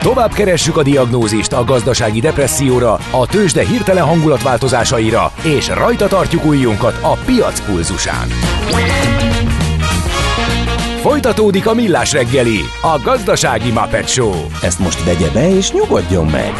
Tovább keressük a diagnózist a gazdasági depresszióra, a tőzsde hirtelen hangulatváltozásaira, és rajta tartjuk ujjunkat a piac pulzusán. Folytatódik a Millás reggeli, a gazdasági Muppet Show. Ezt most vegye be és nyugodjon meg!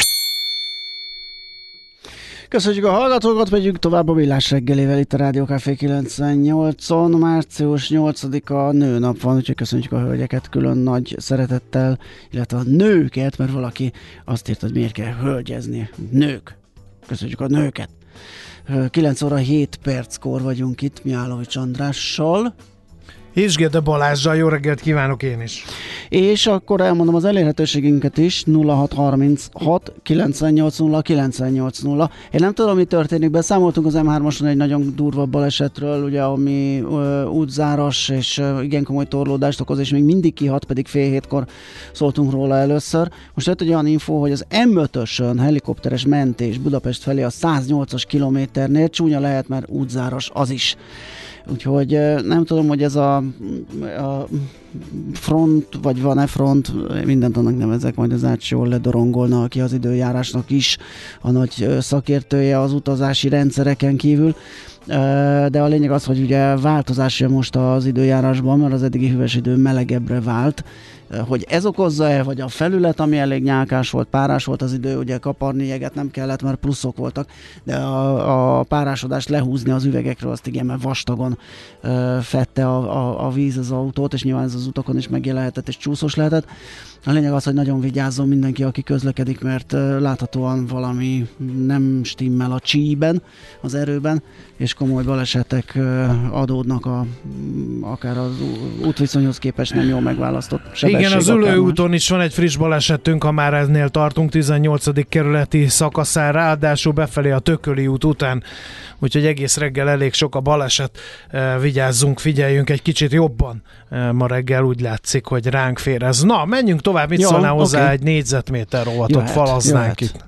Köszönjük a hallgatókat, megyünk tovább a Millás reggelivel itt a Rádió Café 98-on. Március 8-a nőnap van, úgyhogy köszönjük a hölgyeket külön nagy szeretettel, illetve a nőket, mert valaki azt írta, hogy miért kell hölgyezni. Nők. Köszönjük a nőket. 9 óra 7 perckor vagyunk itt Mihálovics Andrással. És Gede Balázsral, jó reggelt kívánok én is! És akkor elmondom az elérhetőségünket is, 0636 980 980. Én nem tudom, mi történik, beszámoltunk az M3-ason egy nagyon durva balesetről, ugye, ami útzáras és igen komoly torlódást okoz, és még mindig kihat, pedig fél hétkor szóltunk róla először. Most jött egy olyan info, hogy az M5-ösön helikopteres mentés Budapest felé a 108-as kilométernél csúnya lehet, mert útzáras az is. Úgyhogy nem tudom, hogy ez a front, vagy van-e front, mindent annak nevezek, majd az Ács jól ledorongolna, aki az időjárásnak is a nagy szakértője az utazási rendszereken kívül. De a lényeg az, hogy ugye változás jön most az időjárásban, mert az eddigi hűvös idő melegebbre vált. Hogy ez okozza-e, vagy a felület, ami elég nyálkás volt, párás volt az idő, ugye kaparni jeget nem kellett, mert pluszok voltak, de a párásodást lehúzni az üvegekről, azt igen, mert vastagon fette a víz az autót, és nyilván ez az utakon is megjelenhetett, és csúszós lehetett. A lényeg az, hogy nagyon vigyázzon mindenki, aki közlekedik, mert láthatóan valami nem stimmel a csíben, az erőben, és komoly balesetek adódnak akár az útviszonyhoz képest nem jól megválasztott sebesség. Igen, az Ülőúton is van egy friss balesetünk, ha már ennél tartunk, 18. kerületi szakaszán, ráadásul befelé a Tököli út után, úgyhogy egész reggel elég sok a baleset, vigyázzunk, figyeljünk egy kicsit jobban. Ma reggel úgy látszik, hogy ránk fér ez. Na, menjünk tovább, mit szólnál hozzá, egy négyzetméter rovatot falaznánk itt.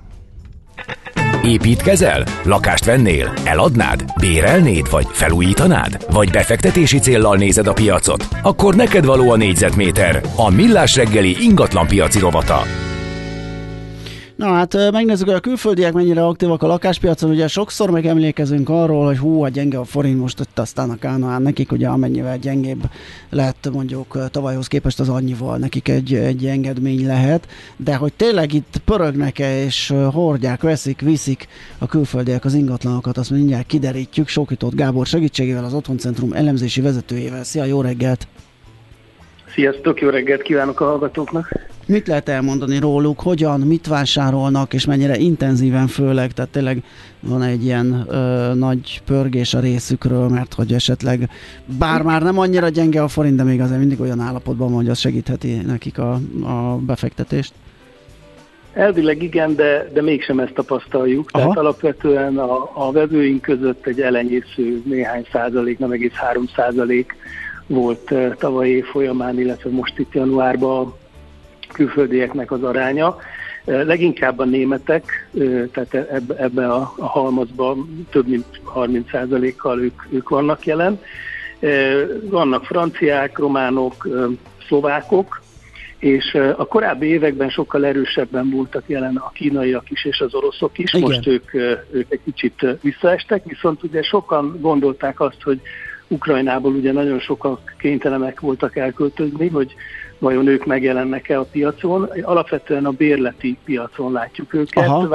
Építkezel? Lakást vennél? Eladnád? Bérelnéd? Vagy felújítanád? Vagy befektetési céllal nézed a piacot? Akkor neked való a négyzetméter, a Millás reggeli ingatlanpiaci rovata. Na hát megnézzük, hogy a külföldiek mennyire aktívak a lakáspiacon. Ugye sokszor megemlékezünk arról, hogy hát gyenge a forint, most ott aztán a Kánaán nekik, ugye amennyivel gyengébb lett mondjuk tavalyhoz képest, az annyival nekik egy engedmény lehet, de hogy tényleg itt pörögnek-e és hordják, viszik a külföldiek az ingatlanokat, azt mindjárt kiderítjük Sókitóth Gábor segítségével, az Otthoncentrum elemzési vezetőjével. Szia, jó reggelt! Sziasztok, jó reggelt kívánok a hallgatóknak! Mit lehet elmondani róluk, hogyan, mit vásárolnak, és mennyire intenzíven főleg, tehát tényleg van egy ilyen nagy pörgés a részükről, mert hogy esetleg, bár már nem annyira gyenge a forint, de még azért mindig olyan állapotban van, hogy az segítheti nekik a befektetést? Elvileg igen, de mégsem ezt tapasztaljuk. Aha. Tehát alapvetően a vevőink között egy elenyésző néhány százalék, nem egész 3% volt tavaly év folyamán, illetve most itt januárban külföldieknek az aránya. Leginkább a németek, tehát ebben a halmazban több mint 30%-kal ők vannak jelen. Vannak franciák, románok, szlovákok, és a korábbi években sokkal erősebben voltak jelen a kínaiak is és az oroszok is. Igen. Most ők egy kicsit visszaestek, viszont ugye sokan gondolták azt, hogy Ukrajnából ugye nagyon sokan kénytelenek voltak elköltözni, hogy vajon ők megjelennek-e a piacon. Alapvetően a bérleti piacon látjuk őket. Aha.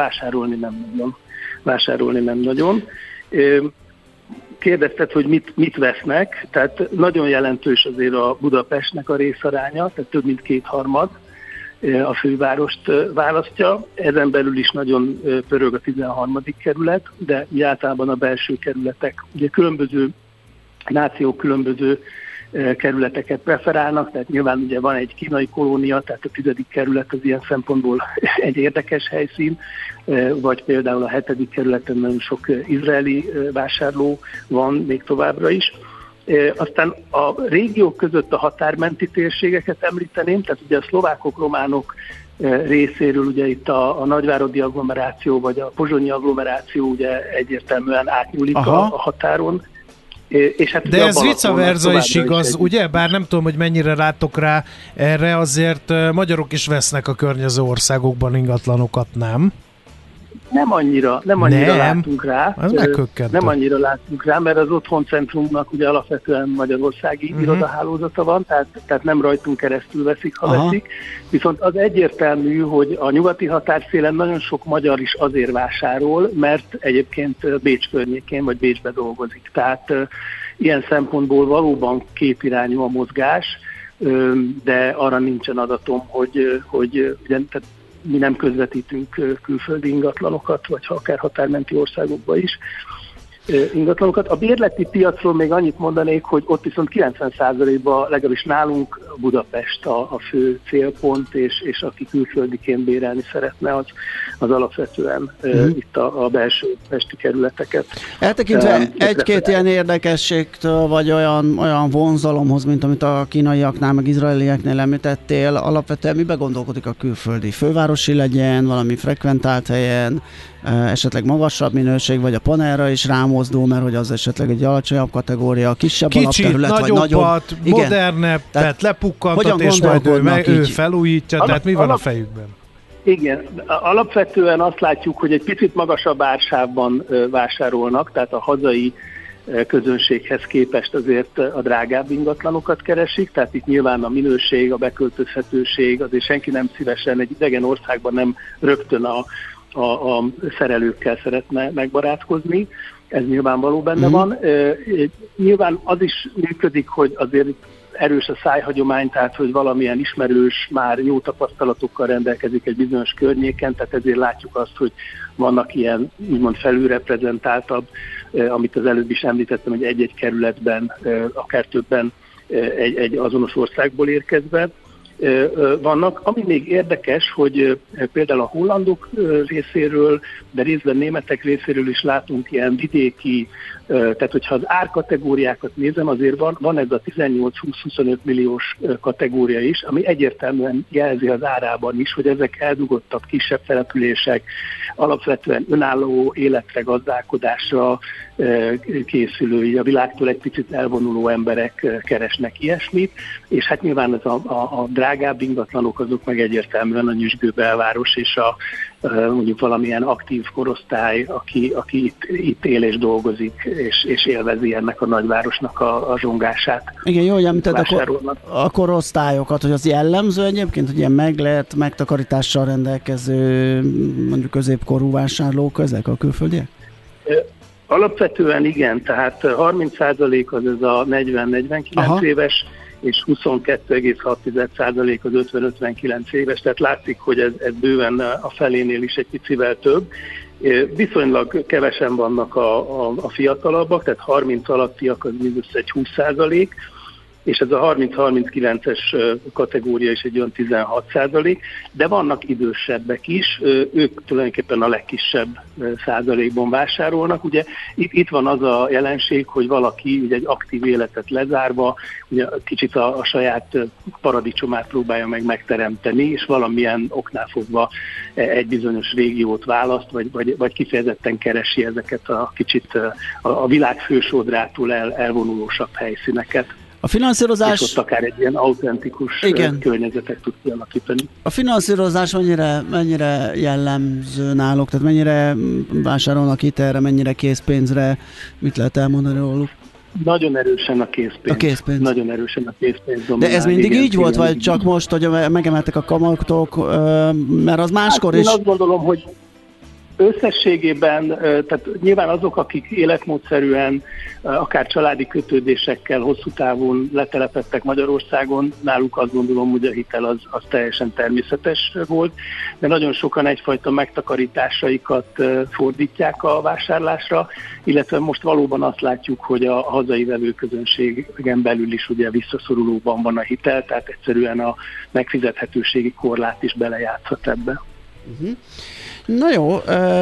Vásárolni nem nagyon. Kérdezted, hogy mit vesznek, tehát nagyon jelentős azért a Budapestnek a részaránya, tehát több mint 2/3 a fővárost választja. Ezen belül is nagyon pörög a 13. kerület, de általában a belső kerületek, ugye különböző nációk különböző kerületeket preferálnak, tehát nyilván ugye van egy kínai kolónia, tehát a 10. kerület az ilyen szempontból egy érdekes helyszín, vagy például a 7. kerületen nagyon sok izraeli vásárló van még továbbra is. Aztán a régiók között a határmenti térségeket említeném, tehát ugye a szlovákok, románok részéről ugye itt a nagyváradi agglomeráció, vagy a pozsonyi agglomeráció ugye egyértelműen átnyúlik a határon. És hát de ez vice versa is igaz, ugye? Bár nem tudom, hogy mennyire rátok rá erre, azért magyarok is vesznek a környező országokban ingatlanokat, nem? Nem annyira látunk rá. Nem annyira látunk rá, mert az Otthoncentrumnak ugye alapvetően magyarországi irodahálózata van, tehát nem rajtunk keresztül veszik, ha veszik. Viszont az egyértelmű, hogy a nyugati határszélen nagyon sok magyar is azért vásárol, mert egyébként Bécs környékén vagy Bécsbe dolgozik. Tehát ilyen szempontból valóban kétirányú a mozgás, de arra nincsen adatom, hogy tehát mi nem közvetítünk külföldi ingatlanokat, vagy akár határmenti országokba is ingatlanokat. A bérleti piacról még annyit mondanék, hogy ott viszont 90%-ban legalábbis nálunk Budapest a fő célpont, és aki külföldiként bérelni szeretne, az alapvetően itt a belső pesti kerületeket. Eltekintve egy-két ilyen érdekességtől, vagy olyan vonzalomhoz, mint amit a kínaiaknál, meg izraelieknél említettél, alapvetően mibe gondolkodik a külföldi? Fővárosi legyen, valami frekventált helyen, esetleg magasabb minőség, vagy a panelra is rámozdul, mert hogy az esetleg egy alacsonyabb kategória, kisebb alapterület, vagy nagyobb. Modernebb, tehát lepukkantat, és majd ő felújítja, tehát mi van a fejükben? Igen, alapvetően azt látjuk, hogy egy picit magasabb ársávban vásárolnak, tehát a hazai közönséghez képest azért a drágább ingatlanokat keresik, tehát itt nyilván a minőség, a beköltözhetőség, azért senki nem szívesen egy idegen országban nem rögtön a szerelőkkel szeretne megbarátkozni, ez nyilvánvaló benne van. Nyilván az is működik, hogy azért erős a szájhagyomány, tehát hogy valamilyen ismerős már jó tapasztalatokkal rendelkezik egy bizonyos környéken, tehát ezért látjuk azt, hogy vannak ilyen úgymond felülreprezentáltabb, amit az előbb is említettem, hogy egy-egy kerületben, akár többen egy azonos országból érkezve vannak. Ami még érdekes, hogy például a hollandok részéről, de részben németek részéről is látunk ilyen vidéki, tehát hogyha az árkategóriákat nézem, azért van ez a 18-20-25 milliós kategória is, ami egyértelműen jelzi az árában is, hogy ezek eldugottak kisebb települések, alapvetően önálló életre, gazdálkodásra készülő, a világtól egy picit elvonuló emberek keresnek ilyesmit, és hát nyilván ez a drágább ingatlanok azok meg egyértelműen a nyüzsgő belváros és mondjuk valamilyen aktív korosztály, aki itt él és dolgozik, és élvezi ennek a nagyvárosnak a zsongását. Igen, jó, hogy említed a korosztályokat, hogy az jellemző egyébként, hogy ilyen meglett, megtakarítással rendelkező, mondjuk középkorú vásárlók ezek a külföldiek? Alapvetően igen, tehát 30% az ez a 40-49 éves, és 22,6% az 50-59 éves, tehát látszik, hogy ez bőven a felénél is egy picivel több. Viszonylag kevesen vannak a fiatalabbak, tehát 30 alattiak az mindössze egy 20%, és ez a 30-39-es kategória is egy olyan 16%, de vannak idősebbek is, ők tulajdonképpen a legkisebb százalékban vásárolnak. Ugye itt van az a jelenség, hogy valaki ugye egy aktív életet lezárva, ugye kicsit a saját paradicsomát próbálja megteremteni, és valamilyen oknál fogva egy bizonyos régiót választ, vagy kifejezetten keresi ezeket a kicsit a világ fősodrától elvonulósabb helyszíneket. A finanszírozás... És ott akár egy ilyen autentikus környezetet tud kialakítani. A finanszírozás mennyire jellemző náluk? Tehát mennyire vásárolnak hitelre, mennyire készpénzre? Mit lehet elmondani róluk? Nagyon erősen a készpénz. Nagyon erősen a készpénz dominál. De ez mindig így volt, vagy csak most, hogy megemeltek a kamatok, mert az máskor is... Én azt gondolom, hogy összességében, tehát nyilván azok, akik életmódszerűen, akár családi kötődésekkel hosszú távon letelepedtek Magyarországon, náluk azt gondolom, hogy a hitel az teljesen természetes volt, de nagyon sokan egyfajta megtakarításaikat fordítják a vásárlásra, illetve most valóban azt látjuk, hogy a hazai vevőközönségen belül is ugye visszaszorulóban van a hitel, tehát egyszerűen a megfizethetőségi korlát is belejátszhat ebbe. Na jó,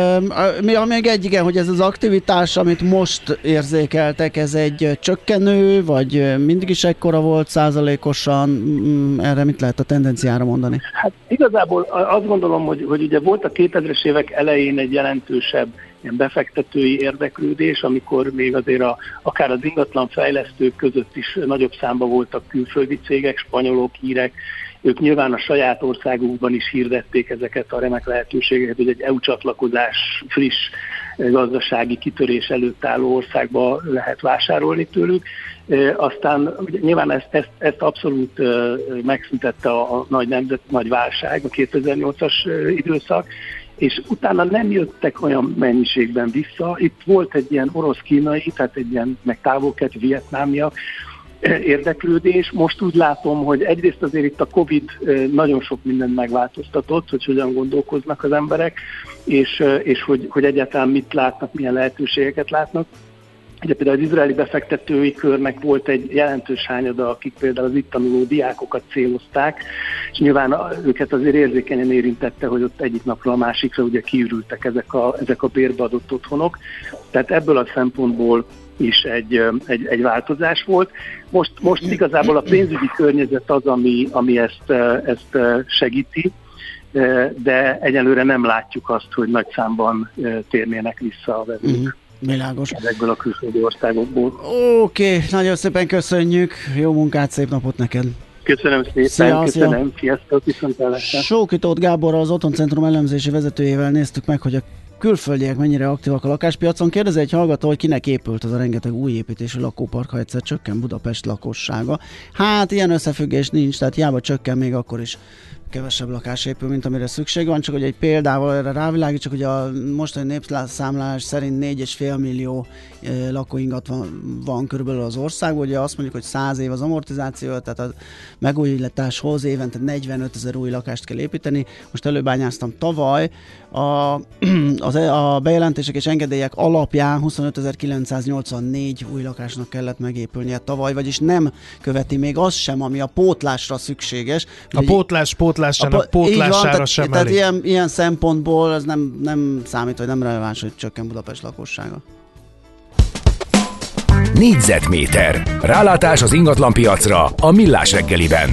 még egy igen, hogy ez az aktivitás, amit most érzékeltek, ez egy csökkenő, vagy mindig is ekkora volt százalékosan, erre mit lehet a tendenciára mondani? Hát igazából azt gondolom, hogy ugye volt a 2000-es évek elején egy jelentősebb ilyen befektetői érdeklődés, amikor még azért akár az ingatlan fejlesztők között is nagyobb számban voltak külföldi cégek, spanyolok, hírek. Ők nyilván a saját országukban is hirdették ezeket a remek lehetőségeket, hogy egy EU csatlakozás friss gazdasági kitörés előtt álló országba lehet vásárolni tőlük. Aztán nyilván ezt abszolút megszüntette a nagy válság, a 2008-as időszak, és utána nem jöttek olyan mennyiségben vissza. Itt volt egy ilyen orosz-kínai, tehát egy ilyen meg távol-keleti vietnámiak érdeklődés. Most úgy látom, hogy egyrészt azért itt a Covid nagyon sok mindent megváltoztatott, hogy hogyan gondolkoznak az emberek, és hogy egyáltalán mit látnak, milyen lehetőségeket látnak. Ugye például az izraeli befektetői körnek volt egy jelentős hányada, akik például az itt tanuló diákokat célozták, és nyilván őket azért érzékenyen érintette, hogy ott egyik napról a másikra ugye kiürültek ezek a bérbe adott otthonok. Tehát ebből a szempontból is egy változás volt. Most igazából a pénzügyi környezet az, ami ezt segíti, de egyelőre nem látjuk azt, hogy nagy számban térnének vissza a vevők. Világos. Ezekből a külföldi országokból. Oké, nagyon szépen köszönjük, jó munkát, szép napot neked! Köszönöm szépen, köszönöm, sziasztok, viszontlátásra! Sóki Tóth Gáborral, az Otthoncentrum elemzési vezetőjével néztük meg, hogy a külföldiek mennyire aktívak a lakáspiacon. Kérdezi egy hallgató, hogy kinek épült az a rengeteg új építésű lakópark, ha egyszer csökken Budapest lakossága. Hát ilyen összefüggés nincs, tehát hiába csökken, még akkor is kevesebb lakás épül, mint amire szükség van, csak hogy egy példával erre rávilágítsak, hogy a mostani népszámlálás szerint 4,5 millió lakóingat van körülbelül az országban, ugye azt mondjuk, hogy 100 év az amortizáció, tehát a megújításhoz évente 45 000 új lakást kell építeni. Most előbányáztam tavaly, a bejelentések és engedélyek alapján 25.984 új lakásnak kellett megépülnie tavaly, vagyis nem követi még az sem, ami a pótlásra szükséges. A pótlására sem elég. Tehát ilyen szempontból ez nem számít, hogy nem releváns, hogy csökken Budapest lakossága. Négyzetméter. Rálátás az ingatlanpiacra a Millás reggeliben.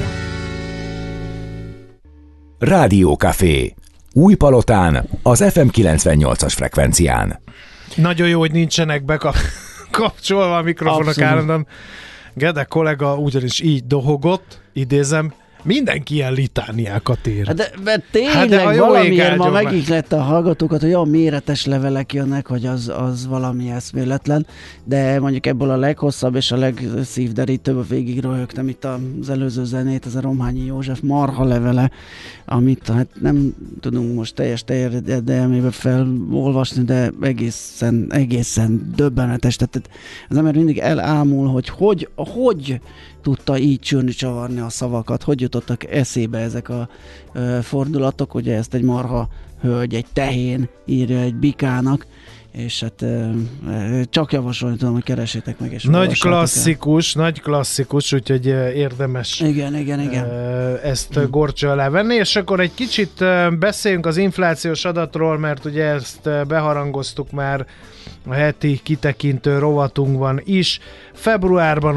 Rádiókafé. Újpalotán, az FM 98-as frekvencián. Nagyon jó, hogy nincsenek bekapcsolva a mikrofonok állandóan. Gede kollega ugyanis így dohogott, idézem, mindenki ilyen litániákat ír. De tényleg valamiért ma megihlette a hallgatókat, hogy olyan méretes levelek jönnek, hogy az valami eszméletlen, de mondjuk ebből a leghosszabb és a legszívderítőbb végig röhögtem itt az előző zenét, ez a Romhányi József marha levele, amit hát nem tudunk most teljes terjedelmében felolvasni, de egészen döbbenetes. Tehát az ember mindig elámul, hogy tudta így csörni-csavarni a szavakat, hogy jutottak eszébe ezek a fordulatok, ugye ezt egy marha hölgy, egy tehén írja egy bikának, és hát csak javasolni tudom, hogy keresétek meg, és nagy klasszikus, úgyhogy érdemes igen. Ezt gorcsa alá venni, és akkor egy kicsit beszéljünk az inflációs adatról, mert ugye ezt beharangoztuk már a heti kitekintő rovatunkban is. Februárban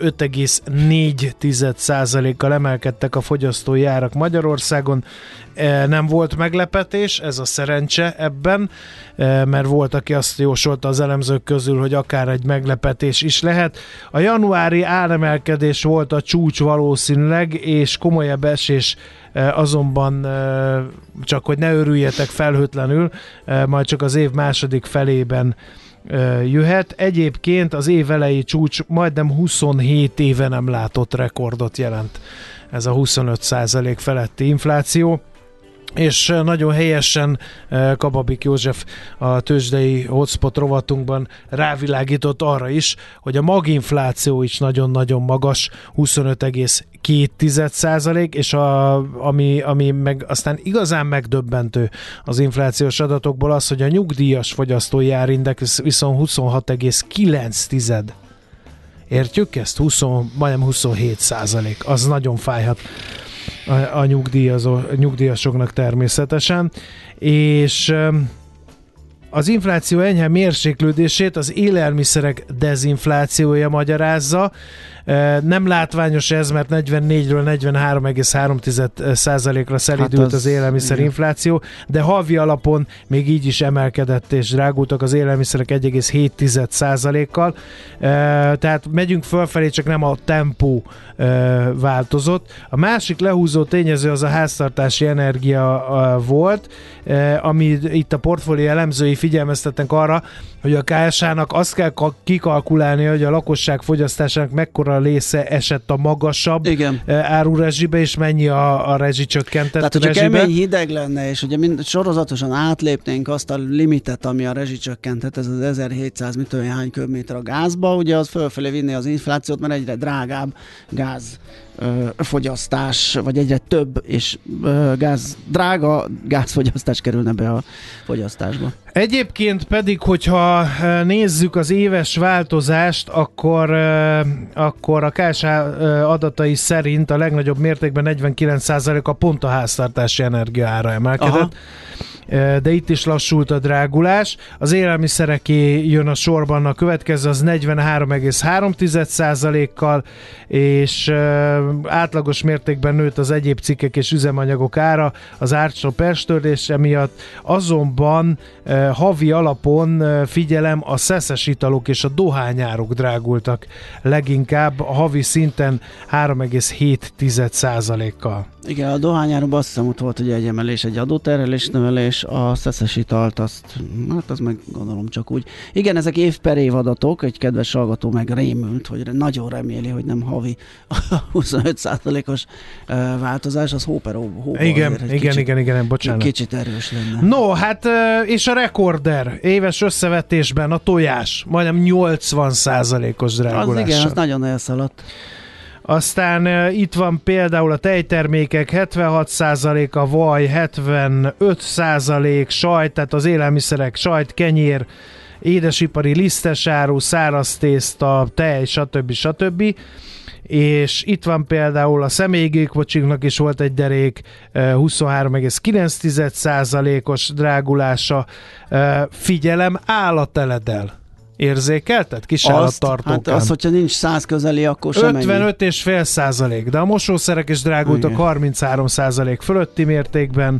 25,4%-kal emelkedtek a fogyasztói árak Magyarországon. Nem volt meglepetés, ez a szerencse ebben, mert volt, aki azt jósolta az elemzők közül, hogy akár egy meglepetés is lehet. A januári áremelkedés volt a csúcs valószínűleg, és komolyabb esés azonban csak, hogy ne örüljetek felhőtlenül, majd csak az év második felében jöhet. Egyébként az év elejé csúcs majdnem 27 éve nem látott rekordot jelent. Ez a 25% feletti infláció. És nagyon helyesen Kababik József a tőzsdei hotspot rovatunkban rávilágított arra is, hogy a maginfláció is nagyon-nagyon magas, 25,2%, és ami meg aztán igazán megdöbbentő az inflációs adatokból az, hogy a nyugdíjas fogyasztói árindex viszont 26,9%. Értjük ezt? Majdnem 27%. Az nagyon fájhat. a nyugdíjasoknak természetesen, és az infláció enyhe mérséklődését az élelmiszerek dezinflációja magyarázza. Nem látványos ez, mert 44-ről 43,3%-ra szelídült az élelmiszerinfláció, de havi alapon még így is emelkedett és drágultak az élelmiszerek 1,7%-kal. Tehát megyünk fölfelé, csak nem a tempó változott. A másik lehúzó tényező az a háztartási energia volt, ami itt a portfólió elemzői figyelmeztetnek arra, hogy a KSH-nak azt kell kikalkulálni, hogy a lakosság fogyasztásának mekkora része esett a magasabb árurezsibe, és mennyi a rezsicsökkentett rezsibe. Tehát, hogyha rezsibe. kemény hideg lenne, és ugye sorozatosan átlépnénk azt a limitet, ami a rezsicsökkentett, ez az 1700 hány köbméter a gázba, ugye az fölfelé vinni az inflációt, mert egyre drágább gáz fogyasztás, vagy egyre több és drága gázfogyasztás kerülne be a fogyasztásba. Egyébként pedig, hogyha nézzük az éves változást, akkor a KSH adatai szerint a legnagyobb mértékben 49%-a pont a háztartási energia ára emelkedett. Aha. De itt is lassult a drágulás. Az élelmiszereké jön a sorban a következő, az 43,3%-kal, és átlagos mértékben nőtt az egyéb cikkek és üzemanyagok ára az árcsra perstördése miatt, azonban havi alapon figyelem, a szeszes italok és a dohányárok drágultak leginkább, a havi szinten 3,7%-kal. Igen, a dohányárban azt hiszem, ott volt ugye egy emelés, egy adóterhelés növelés, a szeszes italt azt, hát az meg gondolom csak úgy. Igen, ezek év per év adatok, egy kedves hallgató meg rémült, hogy nagyon reméli, hogy nem havi 25%-os változás, az hó per hóba. Igen, bocsánat. Kicsit erős lenne. No, hát és a rekorder éves összevetésben a tojás, majdnem 80%-os drágulással. Az igen, az nagyon elszaladt. Aztán itt van például a tejtermékek 76%, a vaj 75%, sajt, tehát az élelmiszerek, sajt, kenyér, édesipari lisztesáru, száraz tészta, tej, stb. És itt van például a személyi gépkocsiknak is volt egy derék 23,9%-os drágulása. Figyelem, állateledel. Érzékelted? Kisállattartókán. Hát az, hogyha nincs 100 közeli, akkor sem 55,5%, de a mosószerek is drágultak 33% fölötti mértékben,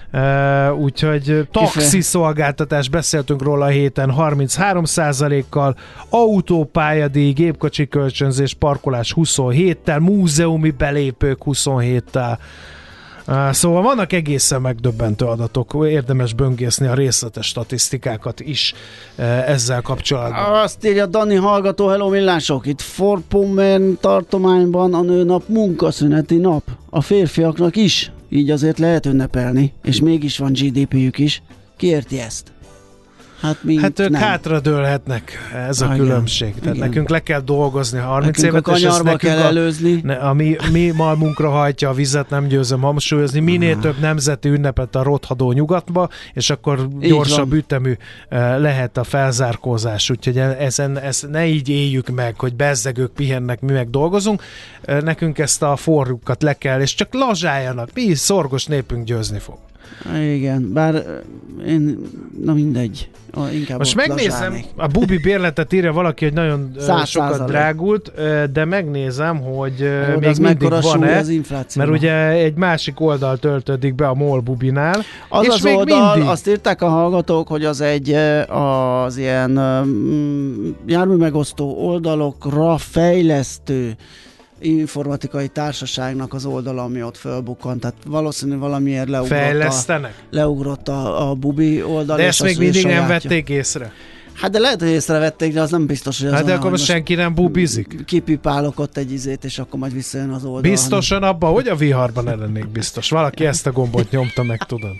úgyhogy taxiszolgáltatás, beszéltünk róla a héten 33%-kal, autópályadíj, gépkocsi kölcsönzés, parkolás 27-tel, múzeumi belépők 27-tel. Szóval vannak egészen megdöbbentő adatok, érdemes böngészni a részletes statisztikákat is ezzel kapcsolatban. Azt írja Dani hallgató, hello millások, itt Vorpommern tartományban a nőnap munkaszüneti nap, a férfiaknak is, így azért lehet ünnepelni, és mégis van GDP-jük is. Ki érti ezt? Hát ők hátradőlhetnek, ez a különbség. Tehát nekünk le kell dolgozni 30 évet, és ezt nekünk kell előzni. Mi malmunkra hajtja a vizet, nem győzöm hangsúlyozni. Minél több nemzeti ünnepet a rothadó nyugatba, és akkor gyorsabb ütemű lehet a felzárkózás. Úgyhogy ezt ne így éljük meg, hogy bezzegők pihennek, mi meg dolgozunk. Nekünk ezt a forrukat le kell, és csak lazsáljanak. Mi szorgos népünk győzni fog. Igen, bár én, na mindegy. Inkább most megnézem, a bubi bérletet írja valaki, hogy nagyon sokat drágult, de megnézem, hogy még mindig van-e, mert ugye egy másik oldal töltődik be a MOL bubinál. Az és az még oldal, mindig... azt írták a hallgatók, hogy az az ilyen járműmegosztó oldalokra fejlesztő informatikai társaságnak az oldala, ami ott fölbukkant, tehát valószínűleg valamiért leugrott a bubi oldal. De ezt még mindig nem vették észre. Hát de lehet, hogy észrevették, de az nem biztos, hogy az hát de akkor most senki nem bubizik. Kipipálok ott egy izét, és akkor majd visszajön az oldal. Biztosan abban, hogy a viharban lennék biztos. Valaki ezt a gombot nyomta meg, tudod.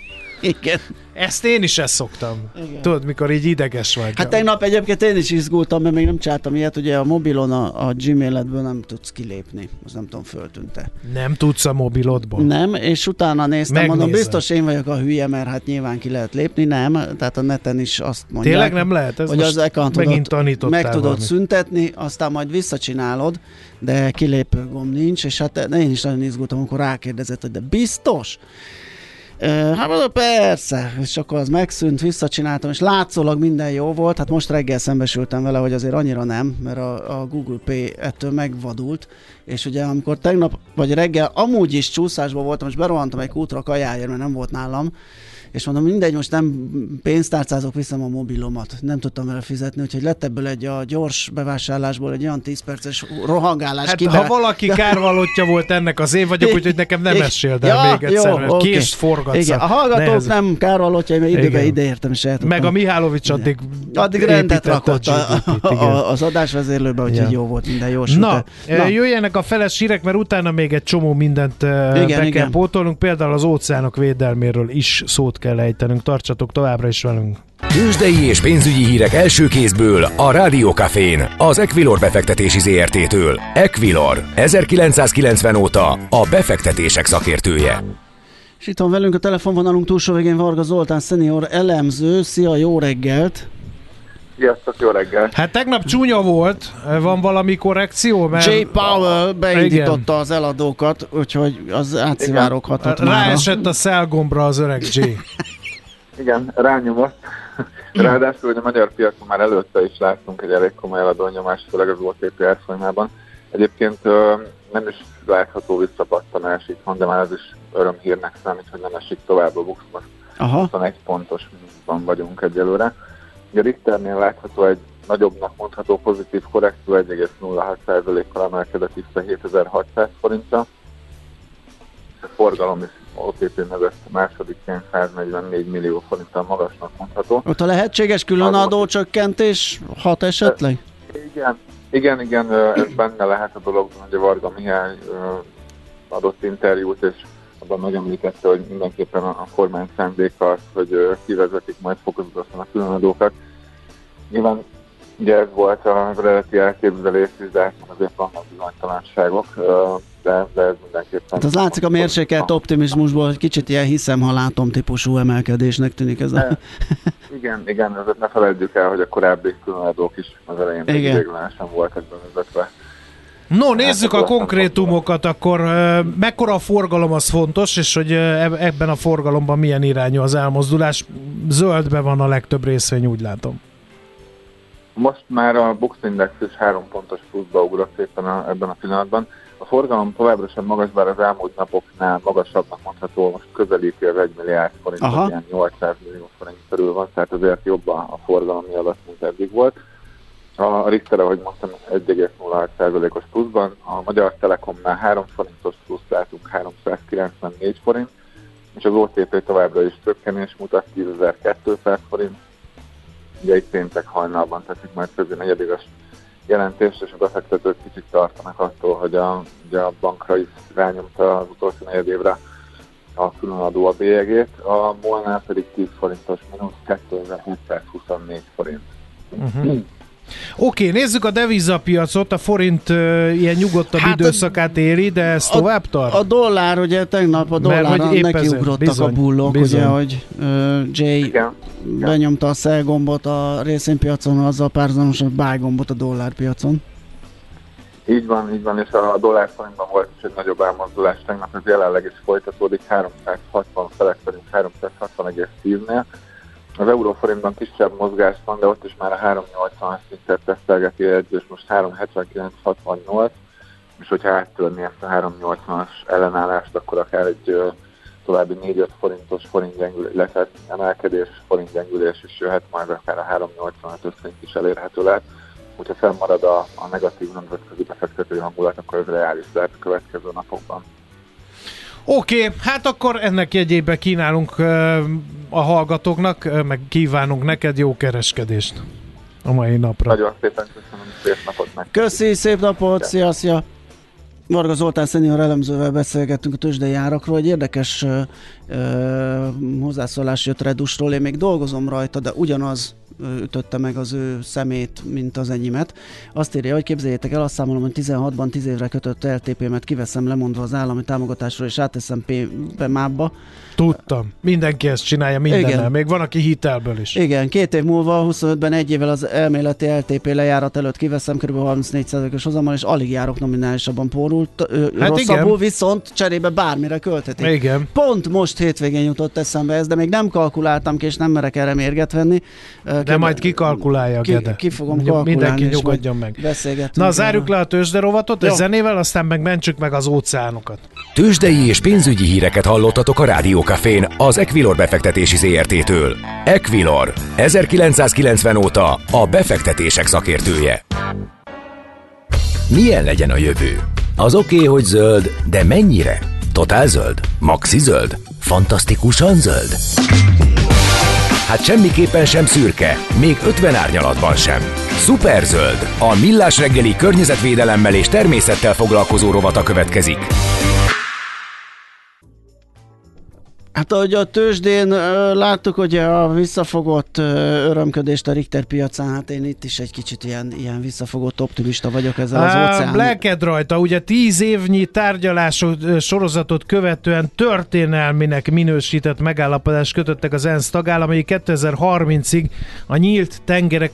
Igen. Ezt én is szoktam. Igen. Tudod, mikor így ideges vagy. Hát tegnap egyébként én is izgultam, mert még nem csináltam ilyet, ugye a mobilon a Gmailedből nem tudsz kilépni. Most nem tudom, föltűnt-e. Nem tudsz a mobilodból? Nem, és utána néztem, mondom, biztos én vagyok a hülye, mert hát nyilván ki lehet lépni. Nem, tehát a neten is azt mondják. Tényleg nem lehet? Ez hogy az accountodat meg tudod valamit szüntetni, aztán majd visszacsinálod, de kilépő gomb nincs, és hát én is nagyon izgultam, amikor rákérdezett, hogy de biztos? Hát mondom, persze, és akkor az megszűnt, visszacsináltam, és látszólag minden jó volt, hát most reggel szembesültem vele, hogy azért annyira nem, mert a Google Pay ettől megvadult, és ugye amikor tegnap, vagy reggel amúgy is csúszásban voltam, és berohantam egy kútra kajáért, mert nem volt nálam, és mondom, mindegy, most nem pénztárcázok, viszem a mobilomat. Nem tudtam vele fizetni, úgyhogy lett ebből egy a gyors bevásárlásból egy olyan 10 perces rohangálás. Hát ha valaki kárvalótja volt ennek az én vagyok, úgyhogy nekem nem meséld el még egyszer, mert kést forgatsz. Igen, a hallgatók nem kárvalótja, mert időben ideértem is el. Meg a Mihálovics addig rendet rakott az adásvezérlőbe, úgyhogy jó volt, minden jó süte. Na, jöjjenek a feles hírek, mert utána még egy csomó mindent be kell pótolnunk, például az óceánok védelméről is szót kell ejtenünk. Tartsatok továbbra is velünk. Tőzsdei és pénzügyi hírek első kézből a Rádió Cafén, az Equilor befektetési ZRT-től. Equilor, 1990 óta a befektetések szakértője. És itt van velünk a telefonvonalunk túlsó végén Varga Zoltán, szenior elemző. Szia, jó reggelt! Sziasztok, jó reggel! Hát tegnap csúnya volt, van valami korrekció? Mert Jay Powell beindította az eladókat, úgyhogy az átszivároghatott már. Ráesett a szelgombra az öreg Jay. Igen, rányomott. Ráadásul, hogy a magyar piacon már előtte is láttunk egy elég komoly eladónyomást, főleg az OTP árfolyamában. Egyébként nem is látható visszapattanás itthon, de már az is örömhírnek számít, hogy nem esik tovább a BUX. Most 21 pontos mínuszban vagyunk egyelőre. A Richternél látható egy nagyobbnak mondható pozitív korrekció, 1,06%-kal emelkedett vissza 7600 forintra. A forgalom is OTP vezet másodikén 144 millió forinttal magasnak mondható. Ott a lehetséges különadó csökkentés hat esetleg? Igen, ez benne lehet a dologban, hogy a Varga Mihály adott interjút, és abban megemlítette, hogy mindenképpen a kormány szándéka az, hogy kivezetik majd fokozatosan a különadókat. Nyilván ugye ez volt a eredeti elképzelés, de azért vannak bizonytalanságok, de ez mindenképpen... Hát az látszik a mérsékelt optimizmusból, hogy kicsit ilyen hiszem, ha látom típusú emelkedésnek tűnik ez a... Igen, ezért ne felejtjük el, hogy a korábbi különadók is az elején végülesen voltak bevezetve. No, nézzük a konkrétumokat, akkor mekkora a forgalom, az fontos, és hogy ebben a forgalomban milyen irányú az elmozdulás. Zöldben van a legtöbb részvény, úgy látom. Most már a Bux Index is 3 pontos pluszba ugrott éppen ebben a pillanatban. A forgalom továbbra sem magas, bár az elmúlt napoknál magasabbnak mondható, most közelíti az 1 milliárd forintot, ilyen 800 millió forint körül van, tehát azért jobb a forgalom alatt, mint eddig volt. A Richter, ahogy mondtam, 1,06%-os pluszban, a Magyar Telekomnál 3 forintos plusz látunk, 394 forint, és az OTP továbbra is csökkenés mutat, 10.200 forint. Ugye itt péntek hajnalban teszik majd közé negyedéves jelentést, és a befektetők kicsit tartanak attól, hogy ugye a bankra is rányomta az utolsó negyedévre a különadó a bélyegét, a MOL-nál pedig 10 forintos mínusz, 2724 forint. Oké, nézzük a devizapiacot, a forint ilyen nyugodtabb időszakát éri, de ez tovább tart? A dollár, ugye tegnap a dollárra nekiugrottak a bullok, ugye, hogy Jay benyomta a sell gombot a részvénypiacon, azzal párhuzamosan buy gombot a dollárpiacon. Így van, és a dollár forintban volt is egy nagyobb elmozdulás tegnap, ez jelenleg is folytatódik, 360 felett vagyunk 360,10-nél. Az euróforintban kisebb mozgás van, de ott is már a 3,80-as szintet tesztelgeti egy, és most 3,79,68, és hogyha áttörni ezt a 3,80-as ellenállást, akkor akár egy további 4-5 forintos forintgyengülés, emelkedés, forintgyengülés is jöhet, majd akár a 3,85 szint is elérhető lehet. Hogyha fennmarad a negatív nemzetközi befektetői hangulat, akkor ez reális lehet a következő napokban. Oké, hát akkor ennek jegyébe kínálunk a hallgatóknak, meg kívánunk neked jó kereskedést a mai napra. Nagyon szépen köszönöm, szép napot meg. Köszi, szép napot, szia! Varga Zoltán szenior elemzővel beszélgettünk a tőzsdei árakról, egy érdekes hozzászólás jött Redusról, én még dolgozom rajta, de ugyanaz ütötte meg az ő szemét, mint az enyémet. Azt írja, hogy képzeljétek el, azt számolom, hogy 16-ban 10 évre kötött LTP-met kiveszem lemondva az állami támogatásról, és átteszem PMAB-ba. Tudtam. Mindenki ezt csinálja mindennel. Igen. Még van, aki hitelből is. Igen, 2 év múlva, 25-ben 1 évvel az elméleti LTP lejárat előtt kiveszem kb. 34%-os hozammal, és alig járok nominálisabban pórult. Hát rosszabbul, igen. Viszont cserébe bármire költhetik. Igen. Pont most hétvégén jutott eszembe ez, de még nem kalkuláltam ki, és nem merek erre mérget venni. De majd kikalkulálja, Gede. Ki fogom kalkulálni. Mindenki nyugodjon meg. Na, zárjuk le a tőzsderovatot, egy zenével, aztán meg mentsük meg az óceánokat. Tőzsdei és pénzügyi híreket hallottatok a Rádiókafén az Equilor befektetési ZRT-től. Equilor, 1990 óta a befektetések szakértője. Milyen legyen a jövő? Az oké, hogy zöld, de mennyire? Totál zöld? Maxi zöld? Fantasztikusan zöld? Hát semmiképpen sem szürke, még 50 árnyalatban sem. Szuperzöld, a Millás reggeli környezetvédelemmel és természettel foglalkozó rovata következik. Hát ahogy a tőzsdén láttuk, hogy a visszafogott örömködést a Richter piacán, hát én itt is egy kicsit ilyen visszafogott optimista vagyok ezzel az óceán. Lelked rajta, ugye 10 évnyi tárgyalások sorozatot követően történelminek minősített megállapodást kötöttek az ENSZ tagállamai, 2030-ig a nyílt tengerek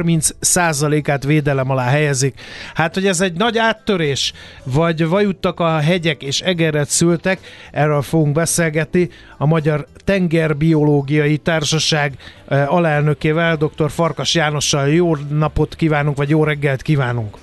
30%-át védelem alá helyezik. Hát, hogy ez egy nagy áttörés, vagy vajuttak a hegyek és egeret szültek, erről fogunk beszélgetni a Magyar Tengerbiológiai Társaság alelnökével, dr. Farkas Jánossal. Jó napot kívánunk, vagy jó reggelt kívánunk!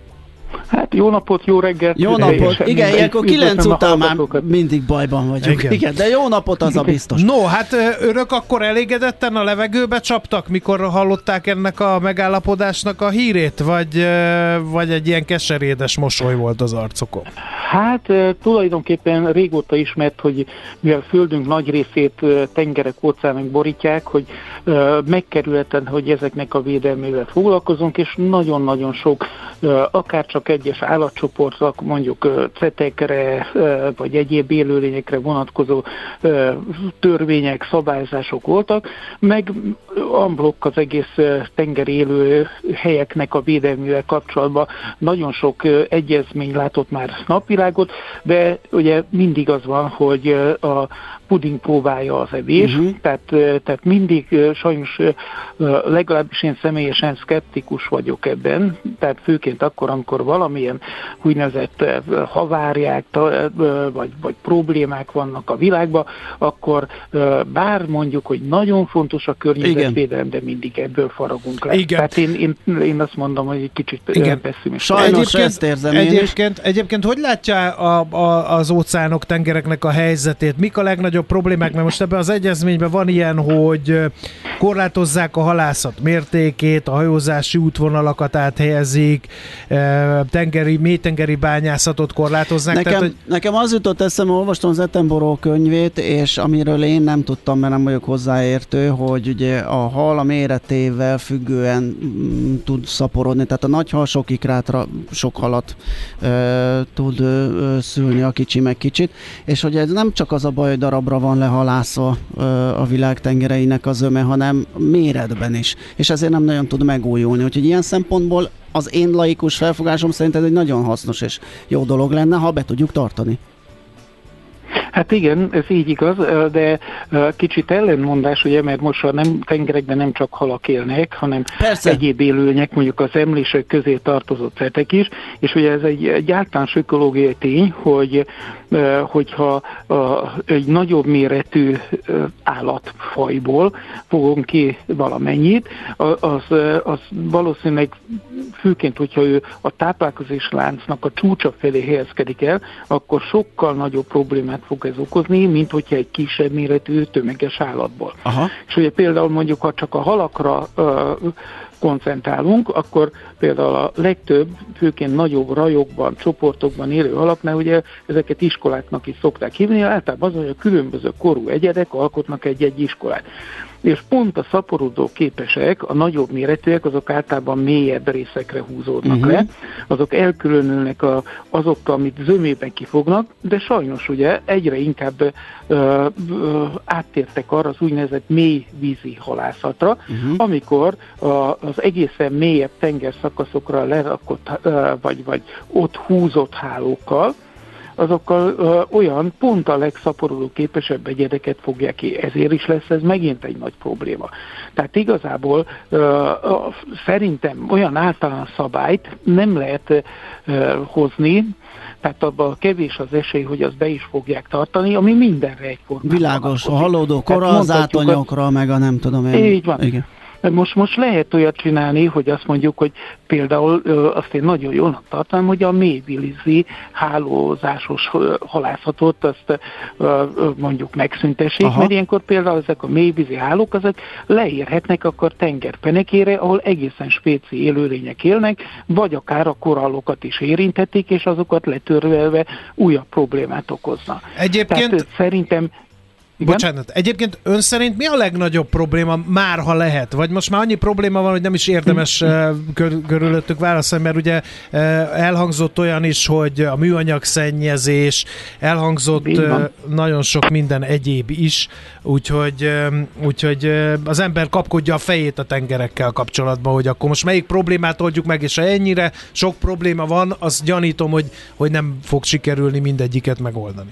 Hát jó napot, jó reggelt! Jó napot! Igen, ilyenkor 9 után már mindig bajban vagyunk. Igen, de jó napot, az a biztos. No, hát önök akkor elégedetten a levegőbe csaptak, mikor hallották ennek a megállapodásnak a hírét, vagy egy ilyen keserédes mosoly volt az arcokon? Hát tulajdonképpen régóta ismert, hogy mivel Földünk nagy részét tengerek, óceánok borítják, hogy megkerülhetetlen, hogy ezeknek a védelmével foglalkozunk, és nagyon-nagyon sok, akár csak egyes állatcsoportok, mondjuk cetekre, vagy egyéb élőlényekre vonatkozó törvények, szabályzások voltak, meg amblokk az egész tengeri élő helyeknek a védelmével kapcsolatban nagyon sok egyezmény látott már napvilágot, de ugye mindig az van, hogy a puding próbálja az evés, tehát mindig sajnos legalábbis én személyesen szkeptikus vagyok ebben, tehát főként akkor, amikor valamilyen úgynevezett haváriák vagy problémák vannak a világban, akkor bár mondjuk, hogy nagyon fontos a környezetvédelem, de mindig ebből faragunk le. Igen. Tehát én azt mondom, hogy egy kicsit pessimista. Sajnos ezt érzem Egyébként hogy látja az óceánok, tengereknek a helyzetét? Mik a legnagyobb problémák? Mert most ebben az egyezményben van ilyen, hogy korlátozzák a halászat mértékét, a hajózási útvonalakat áthelyezik, mélytengeri bányászatot korlátozzák. Nekem az jutott eszembe, olvastam az Attenborough könyvét, és amiről én nem tudtam, mert nem vagyok hozzáértő, hogy ugye a hal a méretével függően tud szaporodni, tehát a nagy hal sok ikrátra, sok halat tud szülni, a kicsi meg kicsit, és hogy ez nem csak az a baj, hogy darabra van lehalászva a világ tengereinek a zöme, hanem méretben is, és ezért nem nagyon tud megújulni, úgyhogy ilyen szempontból az én laikus felfogásom szerint ez egy nagyon hasznos és jó dolog lenne, ha be tudjuk tartani. Hát igen, ez így igaz, de kicsit ellenmondás, ugye, mert most a tengerekben nem csak halak élnek, hanem egyéb élőlények, mondjuk az emlősök közé tartozó cetek is, és ugye ez egy általános ökológiai tény, hogyha egy nagyobb méretű állatfajból fogunk ki valamennyit, az valószínűleg főként, hogyha ő a táplálkozás láncnak a csúcsa felé helyezkedik el, akkor sokkal nagyobb problémát fog ez okozni, mint hogyha egy kisebb méretű tömeges állatból. Aha. És ugye például mondjuk, ha csak a halakra koncentrálunk, akkor például a legtöbb, főként nagyobb rajokban, csoportokban élő halaknál ugye ezeket iskoláknak is szokták hívni, általában az, hogy a különböző korú egyedek alkotnak egy-egy iskolát. És pont a szaporodó képesek, a nagyobb méretűek, azok általában mélyebb részekre húzódnak le, azok elkülönülnek azokkal, amit zömében kifognak, de sajnos ugye egyre inkább áttértek arra az úgynevezett mély vízi halászatra, amikor az egészen mélyebb tengerszakaszokra lerakott, vagy ott húzott hálókkal, azokkal olyan pont a legszaporodó képesebb egyedeket fogják ki. Ezért is lesz ez megint egy nagy probléma. Tehát igazából szerintem olyan általános szabályt nem lehet hozni, tehát abban kevés az esély, hogy azt be is fogják tartani, ami mindenre egyformán. Világos, a halódó kora, az átanyokra, meg a nem tudom én. Így van. Igen. Most lehet olyat csinálni, hogy azt mondjuk, hogy például azt én nagyon jónak tartom, hogy a mélyvízi hálózásos halászatot azt mondjuk megszüntessék, mert ilyenkor például ezek a mélyvízi hálók, azok leérhetnek akkor tengerpenekére, ahol egészen spéci élőlények élnek, vagy akár a korallokat is érinthetik, és azokat letörölve újabb problémát okozna. Egyébként tehát szerintem igen? Bocsánat, egyébként ön szerint mi a legnagyobb probléma már, ha lehet? Vagy most már annyi probléma van, hogy nem is érdemes körülöttük válaszolni, mert ugye elhangzott olyan is, hogy a műanyag szennyezés, elhangzott nagyon sok minden egyéb is, úgyhogy az ember kapkodja a fejét a tengerekkel kapcsolatban, hogy akkor most melyik problémát oldjuk meg, és ha ennyire sok probléma van, azt gyanítom, hogy nem fog sikerülni mindegyiket megoldani.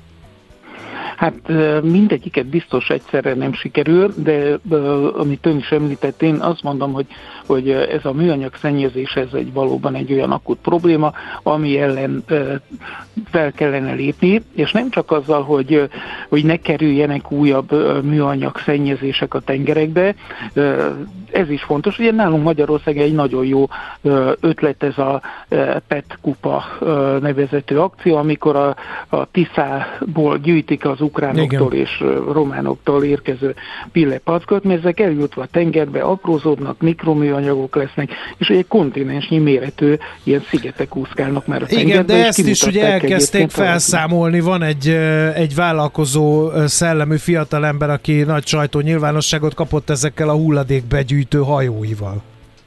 Hát mindegyiket biztos egyszerre nem sikerül, de amit ön is említett, én azt mondom, hogy ez a műanyag szennyezés, ez valóban egy olyan akut probléma, ami ellen fel kellene lépni, és nem csak azzal, hogy ne kerüljenek újabb műanyag szennyezések a tengerekbe, ez is fontos. Ugye nálunk Magyarország egy nagyon jó ötlet ez a PET kupa nevezető akció, amikor a Tiszából gyűjtik az ukránoktól és románoktól érkező pillepackot, mert ezek eljutva a tengerbe aprózódnak, mikroműanyagok lesznek, és egy kontinensnyi méretű ilyen szigetek úszkálnak már a tengerbe. Igen, de ezt is ugye elkezdték felszámolni. Van egy vállalkozó szellemű fiatalember, aki nagy sajtónyilvánosságot kapott ezekkel a hulladékbegyűjtő hajóival.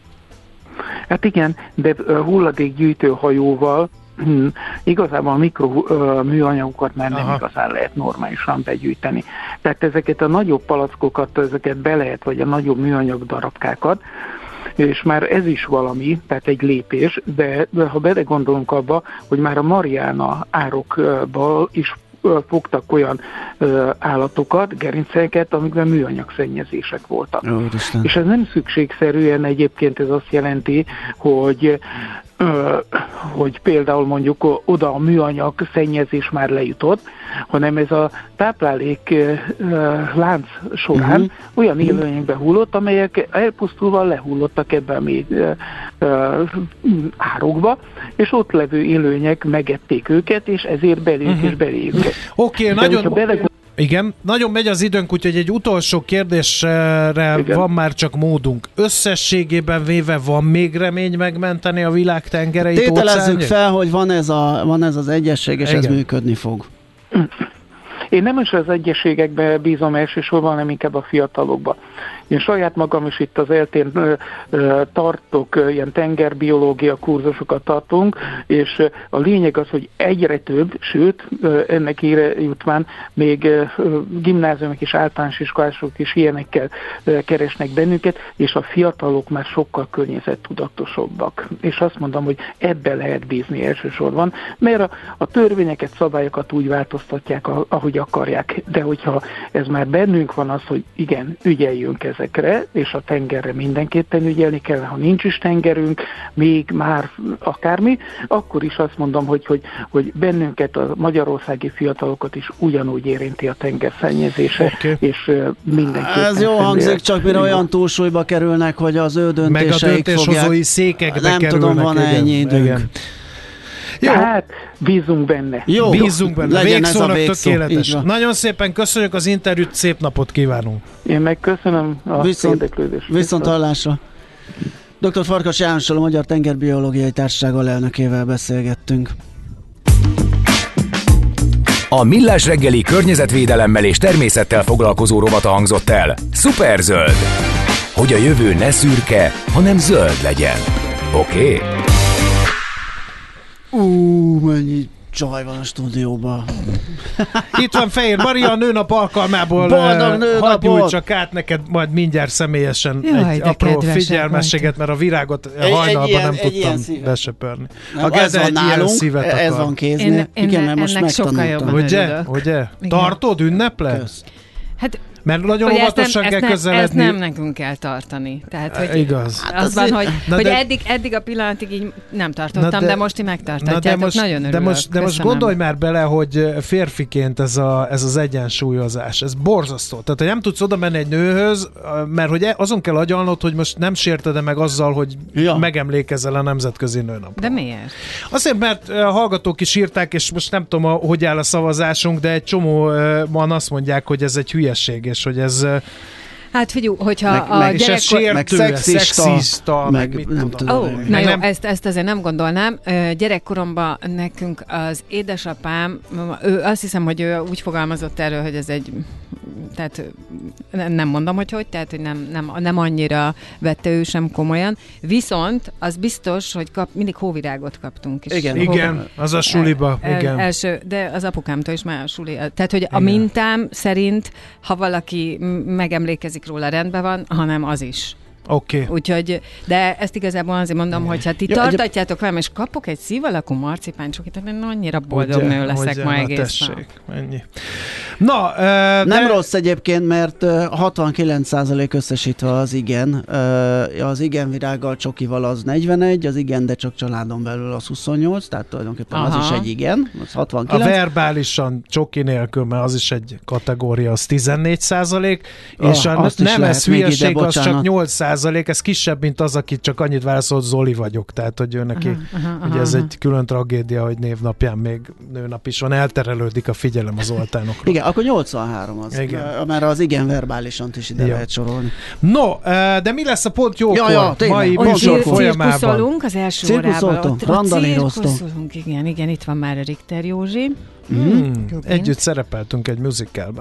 Hát igen, de hulladékgyűjtő hajóval igazából a mikroműanyagokat már nem igazán lehet normálisan begyűjteni. Tehát ezeket a nagyobb palackokat, ezeket be lehet, vagy a nagyobb műanyag darabkákat, és már ez is valami, tehát egy lépés, de ha belegondolunk abba, hogy már a Mariana árokból is fogtak olyan állatokat, gerinceket, amikben műanyag szennyezések voltak. És ez nem szükségszerűen egyébként ez azt jelenti, hogy például mondjuk oda a műanyag szennyezés már lejutott, hanem ez a táplálék lánc során olyan élőlényekbe hullott, amelyek elpusztulva lehullottak ebben a árokba, és ott levő élőnyek megették őket, és ezért beléjük és beléjük. Oké, igen, nagyon megy az időnk, úgyhogy egy utolsó kérdésre van már csak módunk. Összességében véve van még remény megmenteni a világ tengereit? Tételezzük fel, hogy van ez az egyesség, és ez működni fog. Én nem is az egyességekbe bízom elsősorban, hanem inkább a fiatalokba. Én saját magam is itt az eltén tartok, ilyen tengerbiológia kurzusokat tartunk, és a lényeg az, hogy egyre több, sőt, ennek jutván még gimnáziumok és általános iskolások is ilyenekkel keresnek bennünket, és a fiatalok már sokkal környezettudatosabbak. És azt mondom, hogy ebben lehet bízni elsősorban, mert a törvényeket, szabályokat úgy változtatják, ahogy akarják, de hogyha ez már bennünk van az, hogy igen, ügyeljünk ezekre, és a tengerre mindenképpen ügyelni kell, ha nincs is tengerünk, még már akármi, akkor is azt mondom, hogy bennünket, a magyarországi fiatalokat is ugyanúgy érinti a tengerszennyezése, és mindenképpen. Ez jó hangzik, csak mire olyan túlsúlyba kerülnek, hogy az ő döntéseik meg a döntéshozói székekbe nem kerülnek. Nem tudom, van ennyi időnk. Jó. Tehát bízunk benne. Jó, bízunk benne. Végszónak tökéletes. Nagyon szépen köszönjük az interjút, szép napot kívánunk. Én meg köszönöm a érdeklődést. Viszont hallásra. Dr. Farkas Jánossal, a Magyar Tengerbiológiai Társaság alelnökével beszélgettünk. A Millás reggeli környezetvédelemmel és természettel foglalkozó rovata hangzott el. Szuperzöld! Hogy a jövő ne szürke, hanem zöld legyen. Oké? Mennyi csaj van a stúdióban. Itt van Fehér Maria, a nőnap alkalmából. Hadd nyújtsak át neked majd mindjárt személyesen egy apró figyelmességet, mert a virágot hajnalban nem tudtam besöpörni. A Gede egy ilyen szívet akar. Ez van kéznél. Igen, mert most megtanultam. Ugye? Tartod, ünneplet? Hát mert nagyon óvatosan kell közeledni. Ezt nem nekünk kell tartani. Tehát, hogy igaz. Az van, hogy eddig a pillanatig így nem tartottam, de most ti megtartatjátok. Nagyon örülök. De most gondolj már bele, hogy férfiként ez az egyensúlyozás, ez borzasztó. Tehát, hogy nem tudsz oda menni egy nőhöz, mert hogy azon kell agyalnod, hogy most nem sérted meg azzal, hogy megemlékezel a Nemzetközi Nőnapról. De miért? Azért, mert hallgatók is írták, és most nem tudom, hogy áll a szavazásunk, de egy csomóan azt mondják, hogy ez egy hülyeség, és hogy ez... Hát figyelj, hogyha a gyerekkor... Meg szexista, meg nem tudom. Na jó, ezt azért nem gondolnám. Gyerekkoromban nekünk az édesapám, ő azt hiszem, hogy ő úgy fogalmazott erről, hogy ez egy... Tehát nem mondom, hogy tehát hogy nem annyira vette ő sem komolyan. Viszont az biztos, hogy mindig hóvirágot kaptunk is. Igen, az a suliba. Igen. Első, de az apukámtól is már a suli. Tehát, hogy a mintám szerint, ha valaki megemlékezik róla, rendben van, hanem az is. Oké. Úgyhogy, de ezt igazából azért mondom, hogy ha ti tartatjátok velem, és kapok egy szív alakú marcipáncsokit, én annyira boldog nő leszek ma egész nap. Ennyi. Na, nem rossz egyébként, mert 69% összesítve az igen. Az igen virággal csokival az 41, az igen, de csak családon belül az 28, tehát tulajdonképpen az is egy igen, az 69. A verbálisan csoki nélkül, mert az is egy kategória, az 14%, és a nemes hülyeség az csak 8%. Ez kisebb, mint az, aki csak annyit válaszolt, Zoli vagyok. Tehát, hogy ő neki, ugye ez egy külön tragédia, hogy névnapján még nőnap is van, elterelődik a figyelem az oltánokról. Igen, akkor 83 az. Mert az igen verbálisan is ide lehet sorolni. No, de mi lesz a pont jókor? Mai műsor folyamában. Cirkuszolunk az első órában. Randalíroztunk. Igen, itt van már a Richter Józsi. Együtt szerepeltünk egy musicalben.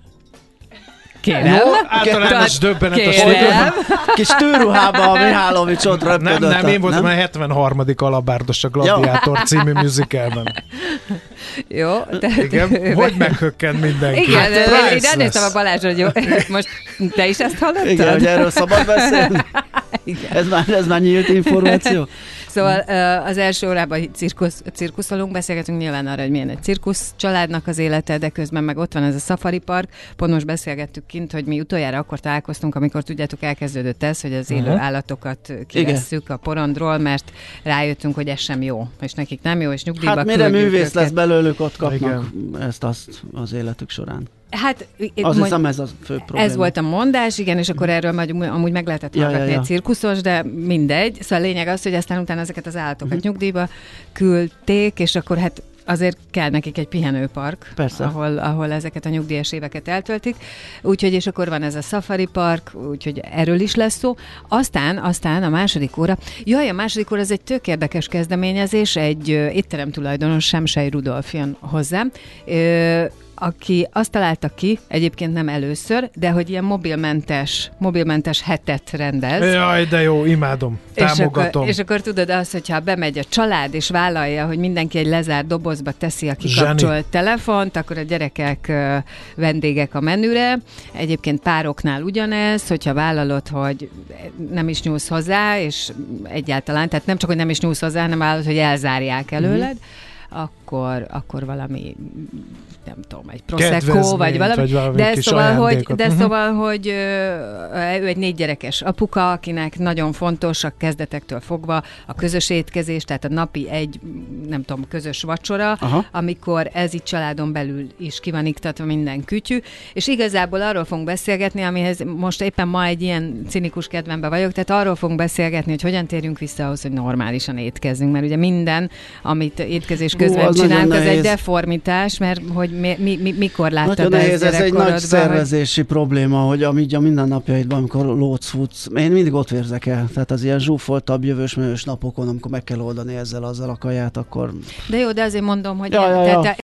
Kérem. Jó, általános döbbenetes. Kis tűruhába a Mihálovics ott röpködött. Nem, én voltam a 73. alabárdos a Gladiátor című musicalben. Jó. Igen, hogy meghökkent mindenki. Igen, én elnéztem a Balázsra, hogy jó. Most te is ezt hallottad? Igen, hogy erről szabad beszélni. Ez már nyílt információ. Szóval az első órában cirkuszolunk, beszélgetünk nyilván arra, hogy milyen egy cirkusz családnak az élete, de közben meg ott van ez a Safari Park. Pont most beszélgettük kint, hogy mi utoljára akkor találkoztunk, amikor tudjátok, elkezdődött ez, hogy az élő állatokat kivesszük a porondról, mert rájöttünk, hogy ez sem jó, és nekik nem jó, és nyugdíjba küldjük őket. Hát mire művész lesz belőlük, ott kapnak ezt az életük során. Hát, azt hiszem ez a fő probléma. Ez volt a mondás, igen, és akkor erről majd amúgy meg lehetett hallgatni egy cirkuszos, de mindegy. Szóval a lényeg az, hogy aztán utána ezeket az állatokat nyugdíjba küldték, és akkor hát azért kell nekik egy pihenőpark, ahol ezeket a nyugdíjas éveket eltöltik. Úgyhogy, és akkor van ez a Safari Park, úgyhogy erről is lesz szó. Aztán a második óra. A második óra ez egy tök érdekes kezdeményezés, egy étterem tulajdonos, Semsej Rudolf jön hozzám, aki azt találta ki, egyébként nem először, de hogy ilyen mobilmentes hetet rendez. Jaj, de jó, imádom, támogatom. És akkor tudod azt, hogyha bemegy a család, és vállalja, hogy mindenki egy lezárt dobozba teszi a kikapcsolt telefont, akkor a gyerekek vendégek a menüre. Egyébként pároknál ugyanez, hogyha vállalod, hogy nem is nyúlsz hozzá, és egyáltalán, tehát nem csak, hogy nem is nyúlsz hozzá, hanem vállalod, hogy elzárják előled, akkor valami, nem tudom, egy prosecco, vagy valami. Szóval, hogy ő egy 4 gyerekes apuka, akinek nagyon fontos a kezdetektől fogva a közös étkezés, tehát a napi egy, nem tudom, közös vacsora, amikor ez itt családon belül is ki van iktatva minden kütyű, és igazából arról fogunk beszélgetni, amihez most éppen ma egy ilyen cinikus kedvemben vagyok, tehát arról fogunk beszélgetni, hogy hogyan térjünk vissza ahhoz, hogy normálisan étkezzünk, mert ugye minden, amit étkezés közben csinálunk, az egy deformitás, mert hogy mikor láttad ezt ez egy nagy szervezési probléma, hogy a mindennapjaidban, amikor lócfutsz, én mindig ott vérzek el, tehát az ilyen zsúfoltabb jövős napokon, amikor meg kell oldani ezzel azzal a kaját, akkor... De jó, de azért mondom, hogy